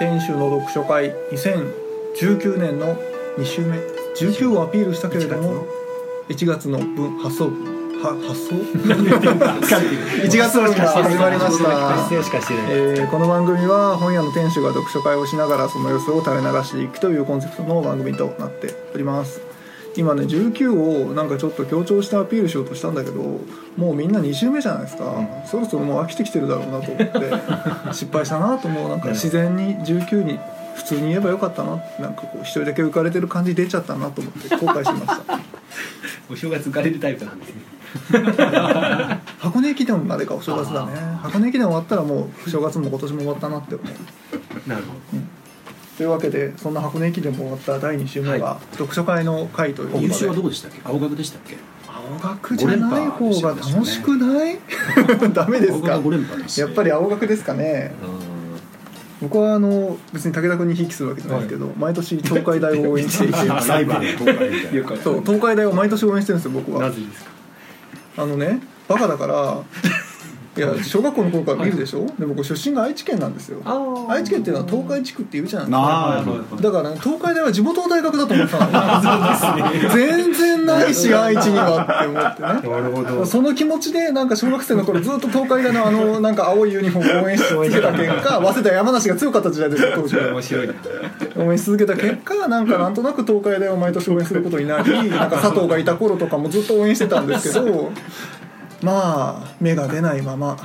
天守の読書会2019年の2週目、19をアピールしたけれども1月の分発送1月の分が始まりました。この番組は本屋の店主が読書会をしながらその様子を垂れ流していくというコンセプトの番組となっております。今ね19をなんかちょっと強調してアピールしようとしたんだけど、もうみんな2週目じゃないですか、そろそろもう飽きてきてるだろうなと思って失敗したなと。もうなんか自然に19に普通に言えばよかったな、なんかこう一人だけ浮かれてる感じ出ちゃったなと思って後悔しましたお正月浮かれるタイプなんですね箱根駅伝までかお正月だね。箱根駅伝終わったらもう正月も今年も終わったなって思う。 なるほど、 というわけでそんな箱根駅伝も終わった第2週目が読書会の会ということで、 優勝はどこでしたっけ？青学でしたっけ？ 青学じゃない方が楽しくない？ダメですか？ 青学5連覇です。 やっぱり青学ですかね。僕は別に武田君にひいきするわけじゃないですけど、毎年東海大を応援していてサイバーで東海みたいなそう東海大を毎年応援してるんですよ僕は。 なぜですか？ バカだからいや小学校の頃から見るでしょ、で僕出身が愛知県なんですよ。愛知県っていうのは東海地区っていうじゃないですか。だから、ね、東海大は地元の大学だと思ってたの全然ないし愛知にはって思ってね。なるほど。その気持ちでなんか小学生の頃ずっと東海大のなんか青いユニフォームを応援し続けた結果、早稲田山梨が強かった時代ですよ当時。面白いな。応援し続けた結果なんとなく東海大を毎年応援することになり、なんか佐藤がいた頃とかもずっと応援してたんですけどまあ芽が出ないまま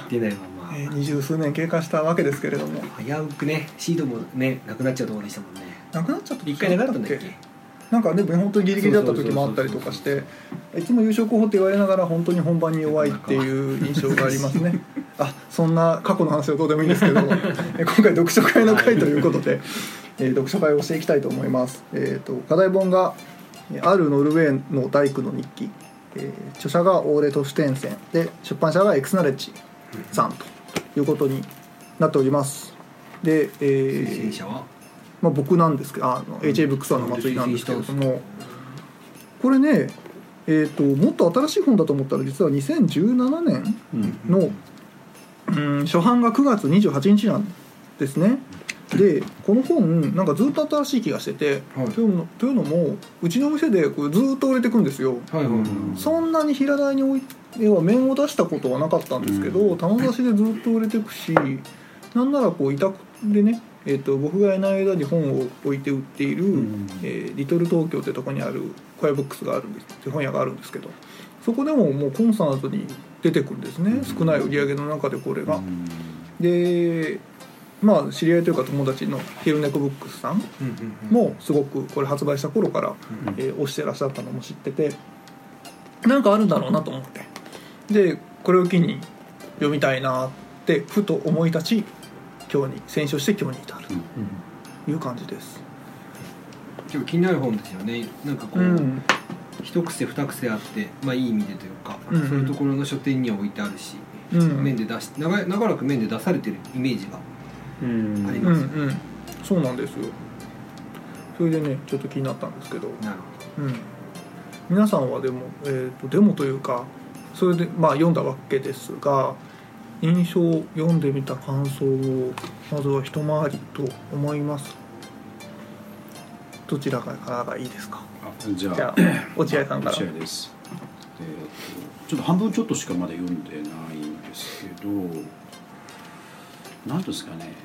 20数年経過したわけですけれども、 危うくねシードもねなくなっちゃうところでしたもんね。 なくなっちゃった 1回なかったんだっけ？ なんかね本当にギリギリだった時もあったりとかして、いつも優勝候補って言われながら本当に本番に弱いっていう印象がありますねそんな過去の話はどうでもいいんですけど今回読書会の会ということで読書会をしていきたいと思います。課題本があるノルウェーの大工の日記、著者がオーレ・トシュテンセンで出版社がエクスナレッジさんということになっております。で、 推薦者は、 僕なんですけどHA ブックスワンの松井なんですけれども、これね、もっと新しい本だと思ったら実は2017年の、初版が9月28日なんですね。でこの本なんかずっと新しい気がしてて、というのもうちの店でこれずっと売れてくるんですよ、そんなに平台に置いては面を出したことはなかったんですけど、棚出しでずっと売れてくし、なんならこう委託でね、僕がいない間に本を置いて売っている、リトル東京ってとこにある小屋ブックスがあるんです、本屋があるんですけど、そこでももうコンスタントに出てくるんですね、少ない売り上げの中でこれが。で知り合いというか友達のヒルネコブックスさんもすごくこれ発売した頃から、推してらっしゃったのも知ってて、なんかあるんだろうなと思って、でこれを機に読みたいなってふと思い立ち、今日に選書して今日に至るという感じです。 結構気になる本ですよね。なんかこう、一癖二癖あって、いい意味でというか、そういうところの書店には置いてあるし、面で出し長らく面で出されてるイメージがありますよね。 そうなんですよ。それでねちょっと気になったんですけど、 なるほど、 皆さんはでも、デモというかそれで読んだわけですが、印象読んでみた感想をまずは一回りと思います。どちらからがいいですか？ じゃあ落合さんから。 落合です。ちょっと半分ちょっとしかまだ読んでないんですけど、なんですかね、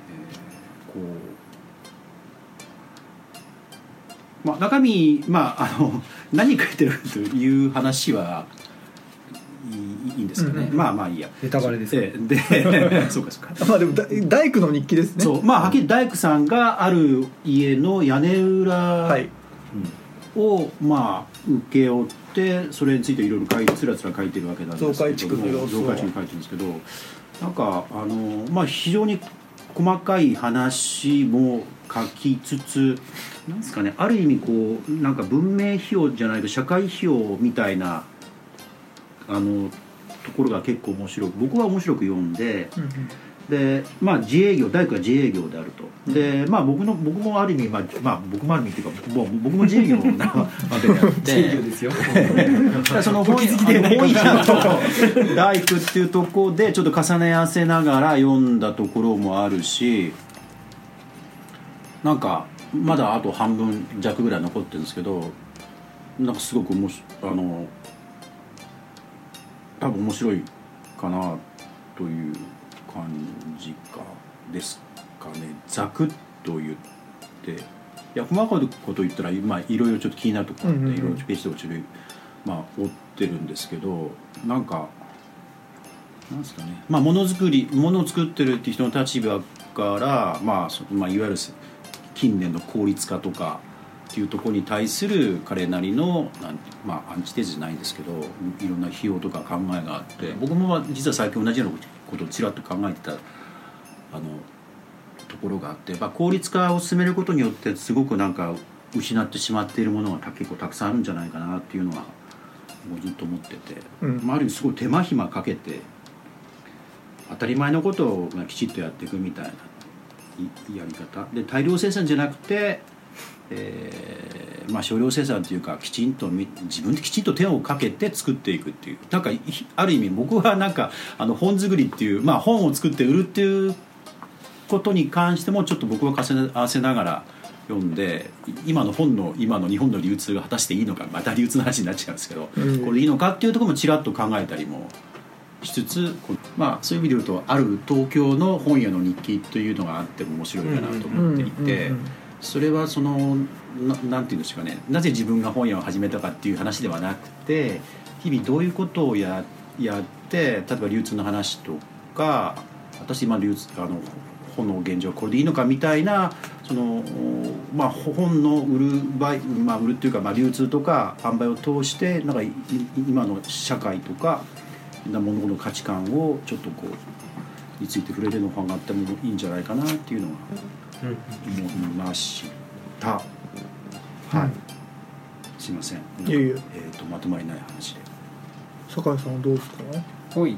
中身、何書いてるという話はいいんですかね、いいや、 ネタバレですね。 でそうかでも大工の日記ですね。 そう、はっきり大工さんがある家の屋根裏を、請け負って、それについていろいろつらつら書いてるわけなんですけども、 増改築の様子を増改築に書いてるんですけど、なんか非常に細かい話も書きつつ、なんですかね、ある意味こうなんか文明批評じゃないと社会批評みたいなところが結構面白く、僕は面白く読んで、で自営業、大工は自営業であると。で僕もある意味、僕もある意味っていうか僕も自営業なわけであって自営業ですよその本屋と大工っていうところでちょっと重ね合わせながら読んだところもあるし、 なんかまだあと半分弱ぐらい残ってるんですけど、なんかすごく多分面白いかなという感じかですかね。ざくっと言って、いや細かいこと言ったら今いろいろちょっと気になるところあって、いろいろページで落ちる追ってるんですけど、なんですかね、ものを作ってるっていう人の立場から、いわゆる近年の効率化とかっていうところに対する彼なりのアンチテーゼじゃないんですけど、いろんな費用とか考えがあって、僕も実は最近同じようなことをちらっと考えてたところがあって、効率化を進めることによってすごくなんか失ってしまっているものが結構たくさんあるんじゃないかなっていうのはもうずっと思ってて、ある意味すごい手間暇かけて当たり前のことをきちっとやっていくみたいなやり方で、大量生産じゃなくて、少量生産というかきちんと自分できちんと手をかけて作っていくっていう、なんかある意味僕はなんか本作りっていう、本を作って売るっていうことに関してもちょっと僕は重ね合わせながら読んで、今の日本の流通が果たしていいのか、また流通の話になっちゃうんですけど、これでいいのかっていうところもちらっと考えたりもしつつ、そういう意味で言うとある東京の本屋の日記というのがあっても面白いかなと思っていて、それはなんていうんですかね、なぜ自分が本屋を始めたかっていう話ではなくて、日々どういうことをやって例えば流通の話とか、私今本の現状はこれでいいのかみたいな、本の売るっていうか、流通とか販売を通してなんか今の社会とか物事の価値観をちょっとについて触れるのがあってもいいんじゃないかなっていうのは思いました。すいません、まとまりない話で。 酒井さんはどうですか？ はい、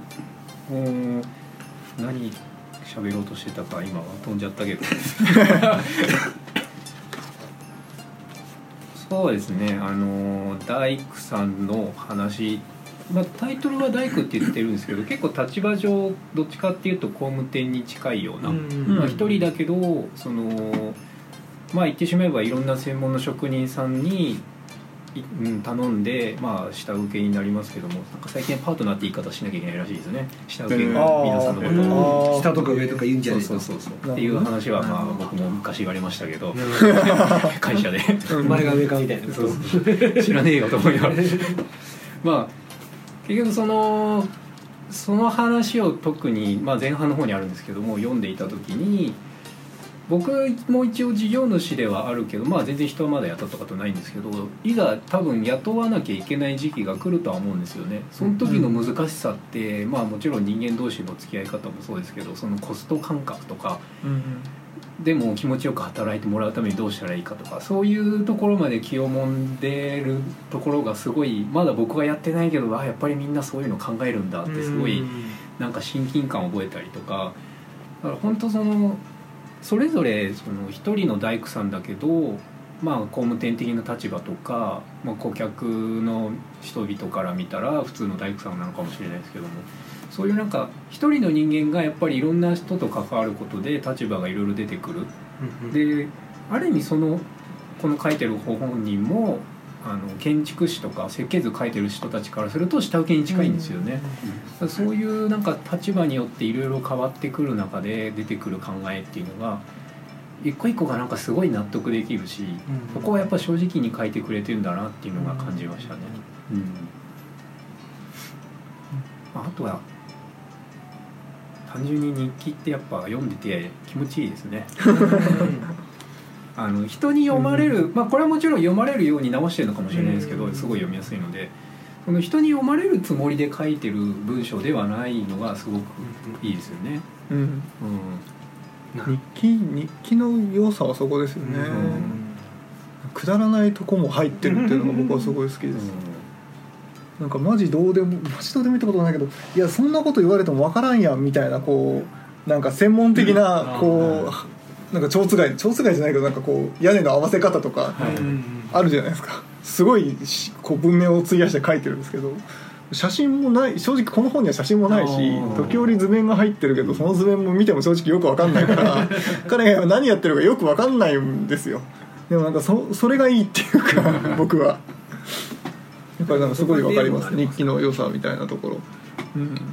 何喋ろうとしてたか今は飛んじゃったけどそうですね、大工さんの話、タイトルは大工って言ってるんですけど、結構立場上どっちかっていうと工務店に近いような、一人だけど言ってしまえばいろんな専門の職人さんに頼んで、下請けになりますけども、なんか最近パートナーって言い方しなきゃいけないらしいですね。下請けが皆さんのことを下とか上とか言うんじゃないそうっていう話は僕も昔言われましたけど会社で前が上かみたいなそう知らねえよと思いながら結局その話を特に、前半の方にあるんですけども、読んでいた時に、僕も一応事業主ではあるけど、全然人はまだ雇ったことないんですけど、いざ多分雇わなきゃいけない時期が来るとは思うんですよね。その時の難しさって、もちろん人間同士の付き合い方もそうですけど、そのコスト感覚とか、でも気持ちよく働いてもらうためにどうしたらいいかとか、そういうところまで気をもんでるところがすごい、まだ僕はやってないけど、やっぱりみんなそういうの考えるんだってすごいなんか親近感を覚えたりとか、だから本当それぞれ一人の大工さんだけど、工務店的な立場とか、顧客の人々から見たら普通の大工さんなのかもしれないですけども、そういうなんか一人の人間がやっぱりいろんな人と関わることで立場がいろいろ出てくる。で、ある意味この書いてる本人も建築士とか設計図書いてる人たちからすると下請けに近いんですよね。そういうなんか立場によっていろいろ変わってくる中で出てくる考えっていうのが一個一個がなんかすごい納得できるし、ここはやっぱ正直に書いてくれてるんだなっていうのが感じましたね。あとは単純に日記ってやっぱ読んでて気持ちいいですね人に読まれる、これはもちろん読まれるように直してるのかもしれないですけど、すごい読みやすいので、その人に読まれるつもりで書いてる文章ではないのがすごくいいですよね。 日記の良さはそこですよね。くだらないとこも入ってるっていうのが僕はすごい好きです。なんかマジどうでもいいってことはないけど、いやそんなこと言われてもわからんやんみたいな、なんか専門的ななんか蝶つがいじゃないけど、なんか屋根の合わせ方とかあるじゃないですか。すごい文明を費やして書いてるんですけど、 写真もない、正直この本には写真もないし、時折図面が入ってるけどその図面も見ても正直よく分かんないから彼が何やってるかよく分かんないんですよ。でもなんかそれがいいっていうか僕はやっぱりなんかすごい分かります、日記の良さみたいなところ。うんどう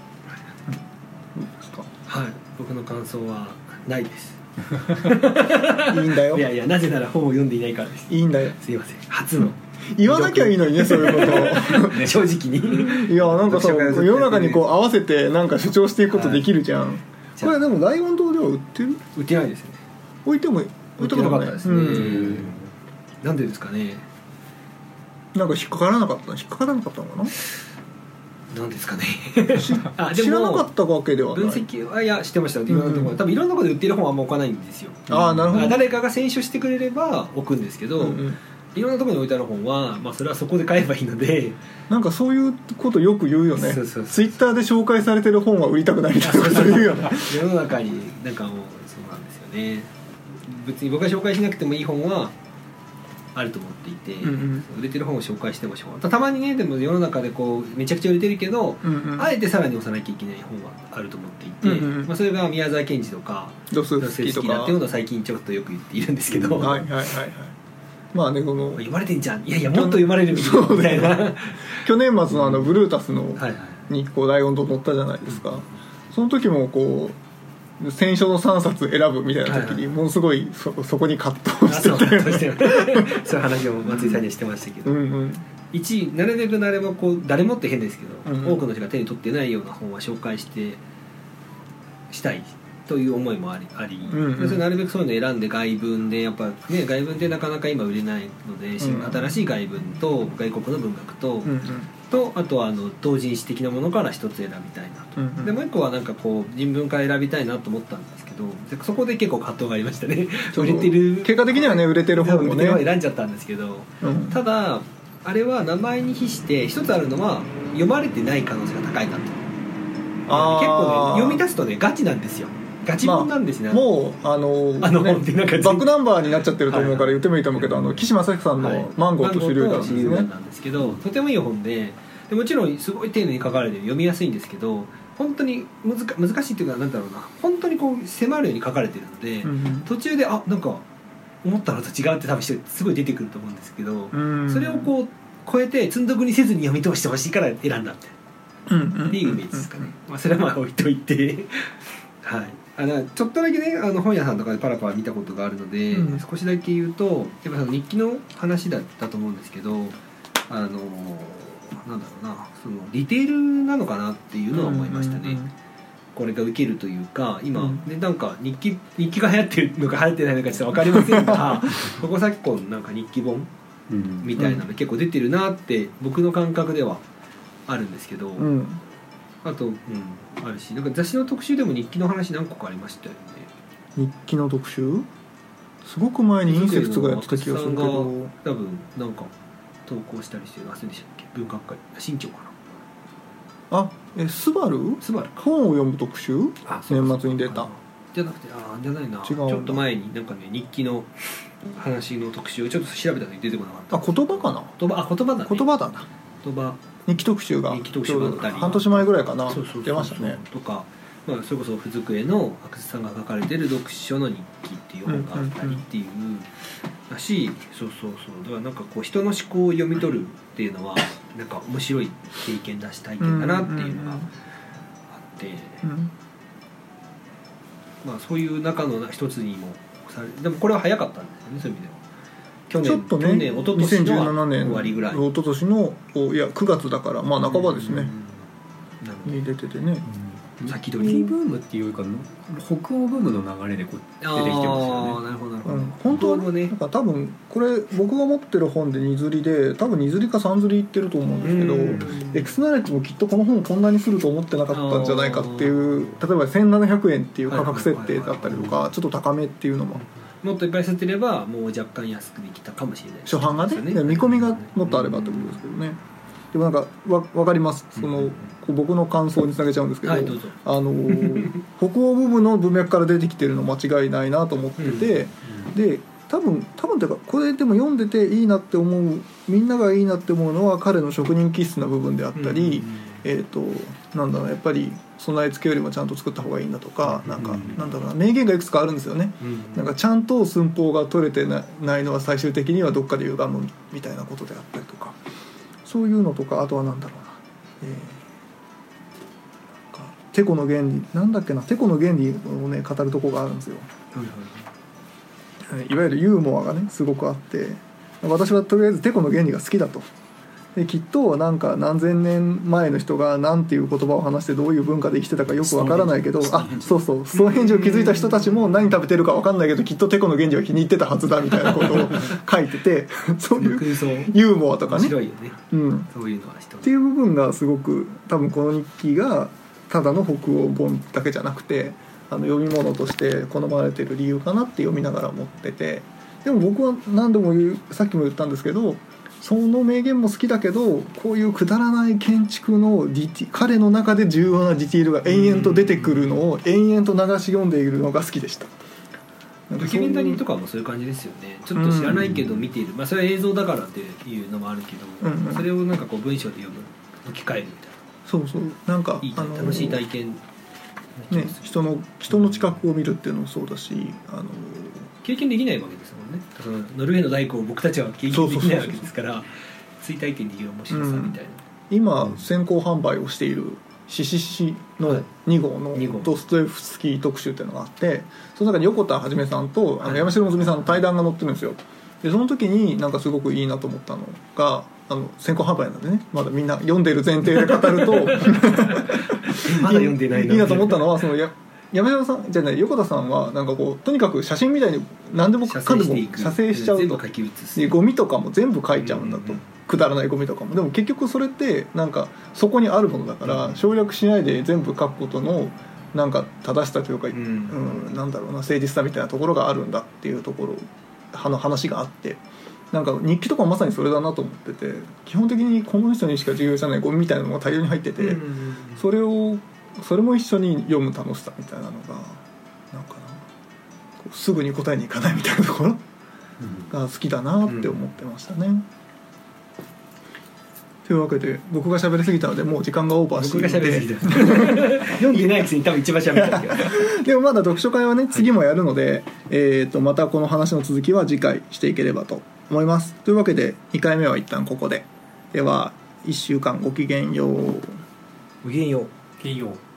ですか。 はい、僕の感想はないですいいんだよ。 いやいや、なぜなら本を読んでいないからです。 いいんだよ。 すいません、初の言わなきゃいいのにね、そういうことね、正直にいやなんかさ、世の中にこう合わせてなんか主張していくことできるじゃん、はい、これでもライオン堂では売ってる？ 売ってないですね。 置いても売ってなかったですね、なんでですかね。 なんか引っかからなかったのかな。 なんですかね知らなかったわけではない。 分析はいや知ってました。いろんなところ、多分いろんなところで売ってる本はあんま置かないんですよ。 あ、なるほど。 誰かが選書してくれれば置くんですけど、いろんなところに置いてある本は、まあ、それはそこで買えばいいので、 なんかそういうことよく言うよね。 そうそうそう、 ツイッターで紹介されてる本は売りたくないみたいなこと言うよね世の中になんかもうそうなんですよね。別に僕が紹介しなくてもいい本はあると思っていて、売れてる本を紹介してもしょうがない。たまにね、でも世の中でこうめちゃくちゃ売れてるけど、あえてさらに押さなきゃいけない本はあると思っていて、まあ、それが宮沢賢治とかドストエフスキーとかだっていうのを最近ちょっとよく言っているんですけど、 はいはいはいはい。まあね、この読まれてんじゃん、いやいやもっと読まれるみたいな去年末のブルータスのにこうライオンと乗ったじゃないですか。その時もこう選書の3冊選ぶみたいな時にものすごいそこに葛藤しててそういう話を松井さんにはしてましたけど、1位なるべく誰もこう誰もって変ですけど、多くの人が手に取ってないような本は紹介したいという思いもあり、それなるべくそういうの選んで外文で、やっぱね、外文ってなかなか今売れないので、新しい外文と外国の文学と、あとは同人誌的なものから一つ選びたいなと、でもう一個はなんかこう人文から選びたいなと思ったんですけど、そこで結構葛藤がありましたね売れてる結果的にはね、売れてる方もね選んじゃったんですけど、ただあれは名前に比して一つあるのは読まれてない可能性が高いなと。結構ね、読み出すとねガチなんですよ。ガチ本なんですね、 もうバックナンバーになっちゃってると思うから言ってもいいと思うけど、岸正樹さんの「マンゴーと手榴弾」ですね。 なんですけど、とてもいい本で、もちろんすごい丁寧に書かれて読みやすいんですけど、本当に難しいっていうか、なんだろうな、本当にこう迫るように書かれてるので、途中でなんか思ったのと違うって多分すごい出てくると思うんですけど、それをこう超えて積んどくにせずに読み通してほしいから選んだっていうイメージですかね。まあそれはまあ置いといてはい。ちょっとだけね、本屋さんとかでパラパラ見たことがあるので、少しだけ言うと、やっぱその日記の話だったと思うんですけど、なんだろうな、そのリテールなのかなっていうのは思いましたね。これが受けるというか、今、ね、なんか日記が流行ってるのか流行ってないのかちょっと分かりませんがここ昨今なんか日記本みたいなの結構出てるなって僕の感覚ではあるんですけど、あと、あるし、なんか雑誌の特集でも日記の話何個かありましたよね。 日記の特集？すごく前にインセクツがやってた気がするけど、 多分なんか投稿したりしてる、忘れでしたっけ？文学会、新潮かな。 スバル本を読む特集？年末に出た。 じゃなくて、じゃないな。ちょっと前になんかね、日記の話の特集をちょっと調べたのに出てこなかった。 言葉かな？ 言葉だね。 言葉だな。 言葉。 日記特集が半年前ぐらいかな、出ましたね。 とか、まあ、それこそふずくえの阿久津さんが書かれてる読書の日記っていう本があったりっていうだし、そうだからなんかこう人の思考を読み取るっていうのはなんか面白い経験だし体験だなっていうのがあって、まあそういう中の一つにもでもこれは早かったんですよね、そういう意味では。ちょっとね、 2017年終わりぐらい、 一昨年の9月だからまあ半ばですね、に出ててね、 先取りブームっていうか北欧ブームの流れでこう出てきてますよね。 なるほど、 本当はね、なんか多分これ僕が持ってる本で2釣りで、多分2釣りか3釣りいってると思うんですけど、エクスナレッジもきっとこの本こんなにすると思ってなかったんじゃないかっていう、例えば1700円っていう価格設定だったりとか、ちょっと高めっていうのも、 もっといっぱい吸ってればもう若干安くできたかもしれない、 初版が ね見込みがもっとあればってことですけどね。でもなんか分かります、その僕の感想につなげちゃうんですけど、 どうぞ。 北欧部分の文脈から出てきてるの間違いないなと思ってて、で多分っていうかこれでも読んでていいなって思う、みんながいいなって思うのは彼の職人気質な部分であったり、なんだろうやっぱり備え付けよりもちゃんと作った方がいいんだとか、なんだろうな、名言がいくつかあるんですよね、なんかちゃんと寸法が取れてないのは最終的にはどっかで歪むみたいなことであったりとか、そういうのとか、あとはなんだろうな、テコの原理なんだっけな、テコの原理をね語るとこがあるんですよ、いわゆるユーモアがねすごくあって、私はとりあえずテコの原理が好きだと。できっとなんか何千年前の人が何ていう言葉を話してどういう文化で生きてたかよくわからないけど、そうそう、ストーンヘンジを築いた人たちも何食べてるかわかんないけどきっとテコの原理は気に入ってたはずだみたいなことを書いててそういうユーモアとかね、 面白いよね、そういうのはっていう部分がすごく、多分この日記がただの北欧本だけじゃなくて読み物として好まれてる理由かなって読みながら思ってて、でも僕は何度もさっきも言ったんですけど、その名言も好きだけど、こういうくだらない建築の彼の中で重要なディティールが延々と出てくるのを延々と流し読んでいるのが好きでした。 ドキュメンタリーとかもそういう感じですよね。ちょっと知らないけど見ている、それは映像だからっていうのもあるけど、それをなんかこう文章で読む、置き換えるみたいな、 そうそう、なんかいい楽しい体験、 ね、人の知覚を見るっていうのもそうだし、 経験できないわけですもんね。そのノルウェーの大工を僕たちは経験できないわけですから、追体験できる面白さみたいな、 今先行販売をしているシシシの2号のドストエフスキー特集っていうのがあって、その中に横田はじめさんと山城のぞみさんの対談が載ってるんですよ。でその時になんかすごくいいなと思ったのが、先行販売なんでね、まだみんな読んでる前提で語るとまだ読んでないのいいなと思ったのは、その山城さんじゃない横田さんはなんかこうとにかく写真みたいに何でもかんでも写生しちゃうと、 全部書き写す、 でゴミとかも全部書いちゃうんだと、くだらないゴミとかも。でも結局それってなんかそこにあるものだから省略しないで全部書くことのなんか正しさというか、なんだろうな、誠実さみたいなところがあるんだっていうところの話があって、なんか日記とかまさにそれだなと思ってて、基本的にこの人にしか重要じゃないゴミみたいなのが大量に入ってて、それも一緒に読む楽しさみたいなのがなんかな、すぐに答えにいかないみたいなところが好きだなって思ってましたね。というわけで僕が喋りすぎたのでもう時間がオーバーしているので、 僕が喋りすぎた読んでないくせに多分一番喋ったけどでもまだ読書会はね次もやるので、またこの話の続きは次回していければと思います。というわけで2回目は一旦ここで。では1週間ごきげんよう。 ごきげんよう。 金曜